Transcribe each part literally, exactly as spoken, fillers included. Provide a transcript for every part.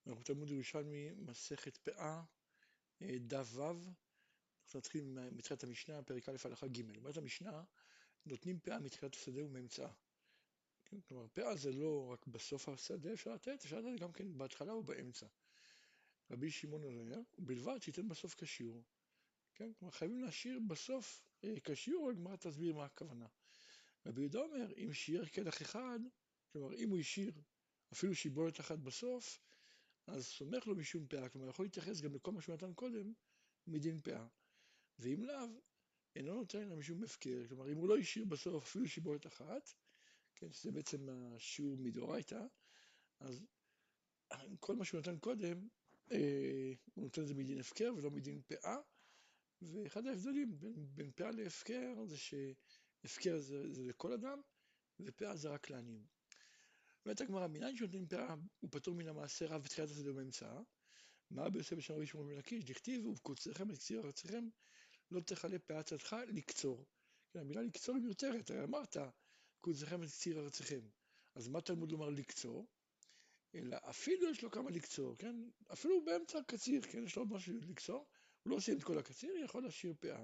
אנחנו תלמוד ירושלמי, מסכת פאה, אה, דף ו', אנחנו נתחיל מה- מתחילת המשנה, פרק א' הלכה ג'. אומרת המשנה, נותנים פאה מתחילת השדה ומאמצעה. כן? כלומר, פאה זה לא רק בסוף השדה אפשר לתת, אפשר לתת גם כן בהתחלה או באמצע. רבי שמעון אומר, ובלבד שייתן בסוף כשיעור. כן? כלומר, חייבים להשאיר בסוף אה, כשיעור, הגמרא תסביר מה הכוונה. רבי יהודה אומר, אם שיער קדח אחד, כלומר, אם הוא השאיר אפילו שיבולת אחת בסוף, אז סומך לו משום פאה, כלומר יכול להתייחס גם לכל מה שהוא נתן קודם מדין פאה, ואם לאו, אינו נותן לה משום הפקר, כלומר אם הוא לא השאיר בסוף אפילו שיבולת אחת, כן, שזה בעצם השיעור מדאורייתא, אז כל מה שהוא נתן קודם, אה, הוא נותן את זה מדין הפקר ולא מדין פאה, ואחד ההבדלים בין, בין פאה להפקר זה שהפקר זה, זה לכל אדם, ופאה זה רק לעניים. אומרת הגמרא, מנין שנותנים פאה הוא פטור מן המעשר רב בתחילת השדה ובאמצעה, מה רבי יוסף בשם רבי שמעון בן לקיש, דכתיב ובקוצריכם את קציר ארציכם לא תכלה פאת צדך לקצור. כן, המילה לקצור היא מיותרת, הרי אמרת קוצריכם את קציר ארציכם. אז מה תלמוד לומר לקצור? אלא אפילו יש לו כמה לקצור, כן? אפילו באמצע הקציר, כן? יש לו עוד משהו לקצור, הוא לא עושה את כל הקציר, יכול להשאיר פאה.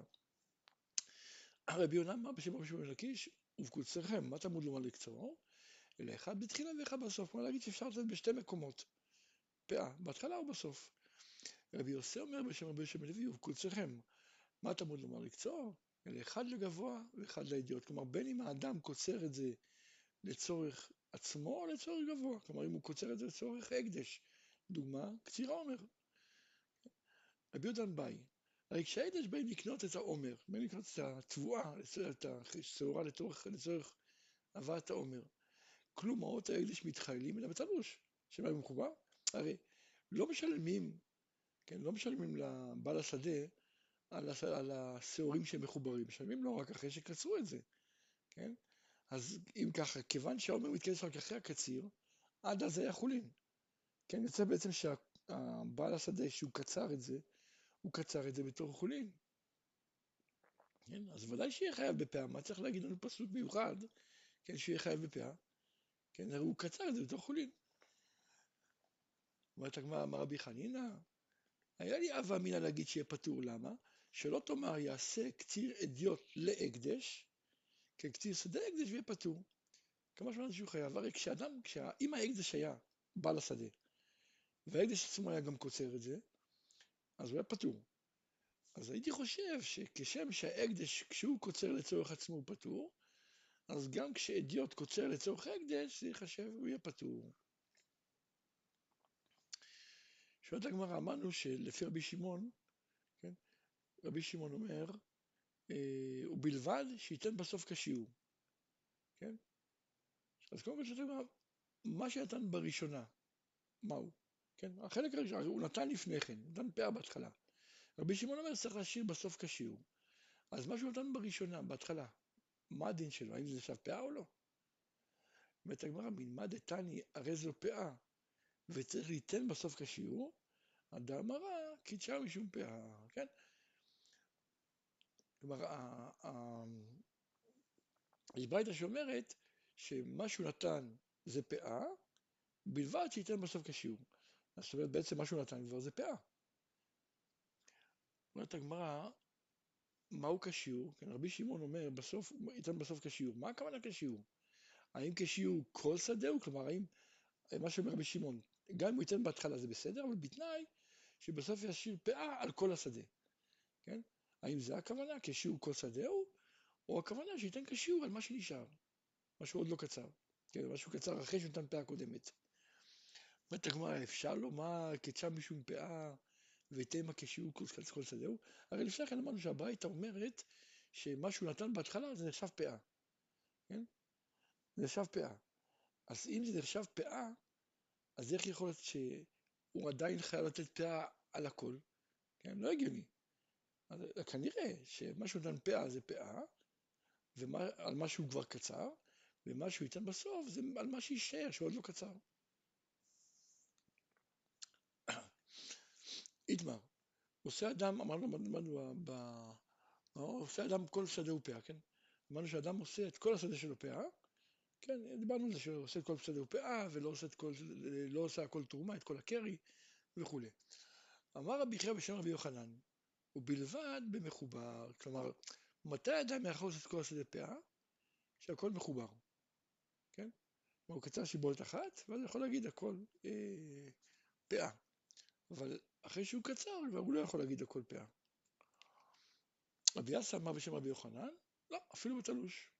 רבי יונה אמר בשם רבי שמעון בן לקיש, ובקוצריכם, מה תלמוד לומר לקצור? אלא אחד בתחילה ואחד בסוף, כמו להגיד שאפשר לתת בשתי מקומות פאה, בהתחלה או בסוף. רבי יוסי אומר בשם רבי יוסי בן לוי, ובקוצריכם, מה תלמוד לומר לקצור? אלא אחד לגבוה ואחד לאידיוט. כלומר, בין אם האדם קוצר את זה לצורך עצמו או לצורך גבוה. כלומר, אם הוא קוצר את זה לצורך הקדש. דוגמה, קצירה עומר. רבי יהודן באי. הרי כשההקדש באים לקנות את העומר, באים לקנות את התבואה, את השעורה לצורך, לצורך הבאת העומר. כלומות ההקדש מתחיילים אלא בתלוש. שמה הוא מחובר? הרי לא משלמים, כן, לא משלמים לבעל השדה על, הש... על השעורים שמחוברים, משלמים לו רק אחרי שקצרו את זה, כן? אז אם ככה, כיוון שהעומר מתכנס רק אחרי הקציר, עד אז היה חולין. כן, יוצא בעצם שהבעל השדה שהוא קצר את זה, הוא קצר את זה בתור חולין. כן? אז ודאי שיהיה חייב בפאה, מה צריך להגיד לנו פסוק מיוחד, כן, שיהיה חייב בפאה? כן, הרי הוא קצר את זה בתור חולין. אומרת הגמרא, אמר רבי חנינא, היה לי הווה אמינא להגיד שיהיה פטור, למה? שלא תאמר יעשה קציר אדיוט להקדש, כקציר שדה הקדש ויהיה פטור. כמה שמענו שהוא חייב, הרי כשאדם, כשה... אם ההקדש היה בעל השדה, וההקדש עצמו היה גם קוצר את זה, אז הוא היה פטור. אז הייתי חושב שכשם שההקדש, כשהוא קוצר לצורך עצמו הוא פטור, אז גם כשאדיוט קוצר לצורך ההקדש, זה יחשב, הוא יהיה פטור. שואלת הגמרא, אמרנו שלפי רבי שמעון, כן, רבי שמעון אומר, אה, ובלבד שייתן בסוף כשיעור, כן? אז קודם כל שאתה אומר, מה שנתן בראשונה, מהו? כן? החלק הראשון, הוא נתן לפני כן, הוא נתן פאה בהתחלה. רבי שמעון אומר, צריך להשאיר בסוף כשיעור. אז מה שהוא נתן בראשונה, בהתחלה, מה הדין שלו? האם זה נחשב פאה או לא? אומרת הגמרא, מלמד דתני, הרי זו פאה, וצריך ליתן בסוף כשיעור, הדאמרה, קידשה משום פאה, כן? כלומר, יש ברייתא שאומרת שמה שהוא נתן זה פאה, בלבד שייתן בסוף כשיעור. זאת אומרת, בעצם מה שהוא נתן כבר זה פאה. אומרת הגמרא, מהו כשיעור? כן, רבי שמעון אומר, בסוף, ייתן בסוף כשיעור. מה הכוונה כשיעור? האם כשיעור כל שדהו? כלומר, האם, מה שאומר רבי שמעון, גם אם הוא ייתן בהתחלה זה בסדר, אבל בתנאי שבסוף ישאיר פאה על כל השדה. כן? האם זה הכוונה, כשיעור כל שדהו? או הכוונה שייתן כשיעור על מה שנשאר, מה שהוא עוד לא קצר. כן, משהו קצר אחרי שנתן פאה קודמת. אומרת הגמרא, אפשר לומר קידשה משום פאה ותימה כשיעור כל שדהו? הרי לפני כן אמרנו שהברייתא אומרת שמה שהוא נתן בהתחלה זה נחשב פאה, כן? זה נחשב פאה. אז אם זה נחשב פאה, אז איך יכול להיות שהוא עדיין חייב לתת פאה על הכל? כן? לא הגיוני. אז כנראה שמה שהוא נתן פאה זה פאה, ועל מה שהוא כבר קצר, ומה שהוא ייתן בסוף זה על מה שישאר, שעוד לא קצר. איתמר, עושה אדם, אמרנו, אמרנו, עושה אדם כל שדה הוא פאה, כן? אמרנו שאדם עושה את כל השדה שלו פאה, כן, דיברנו על זה שעושה את כל שדה ופאה, ולא עושה את כל, לא עושה הכל תרומה, את כל הקרי וכולי. אמר רבי חייא בשם רבי יוחנן, ובלבד במחובר, כלומר, מתי אדם יכול לעשות את כל השדה פאה? שהכל מחובר, כן? הוא קצר שיבולת אחת, ואז הוא יכול להגיד הכל אה, פאה. אבל אחרי שהוא קצר, כבר הוא לא יכול להגיד הכל פאה. רבי יאסר אמר בשם רבי יוחנן, לא, אפילו בתלוש.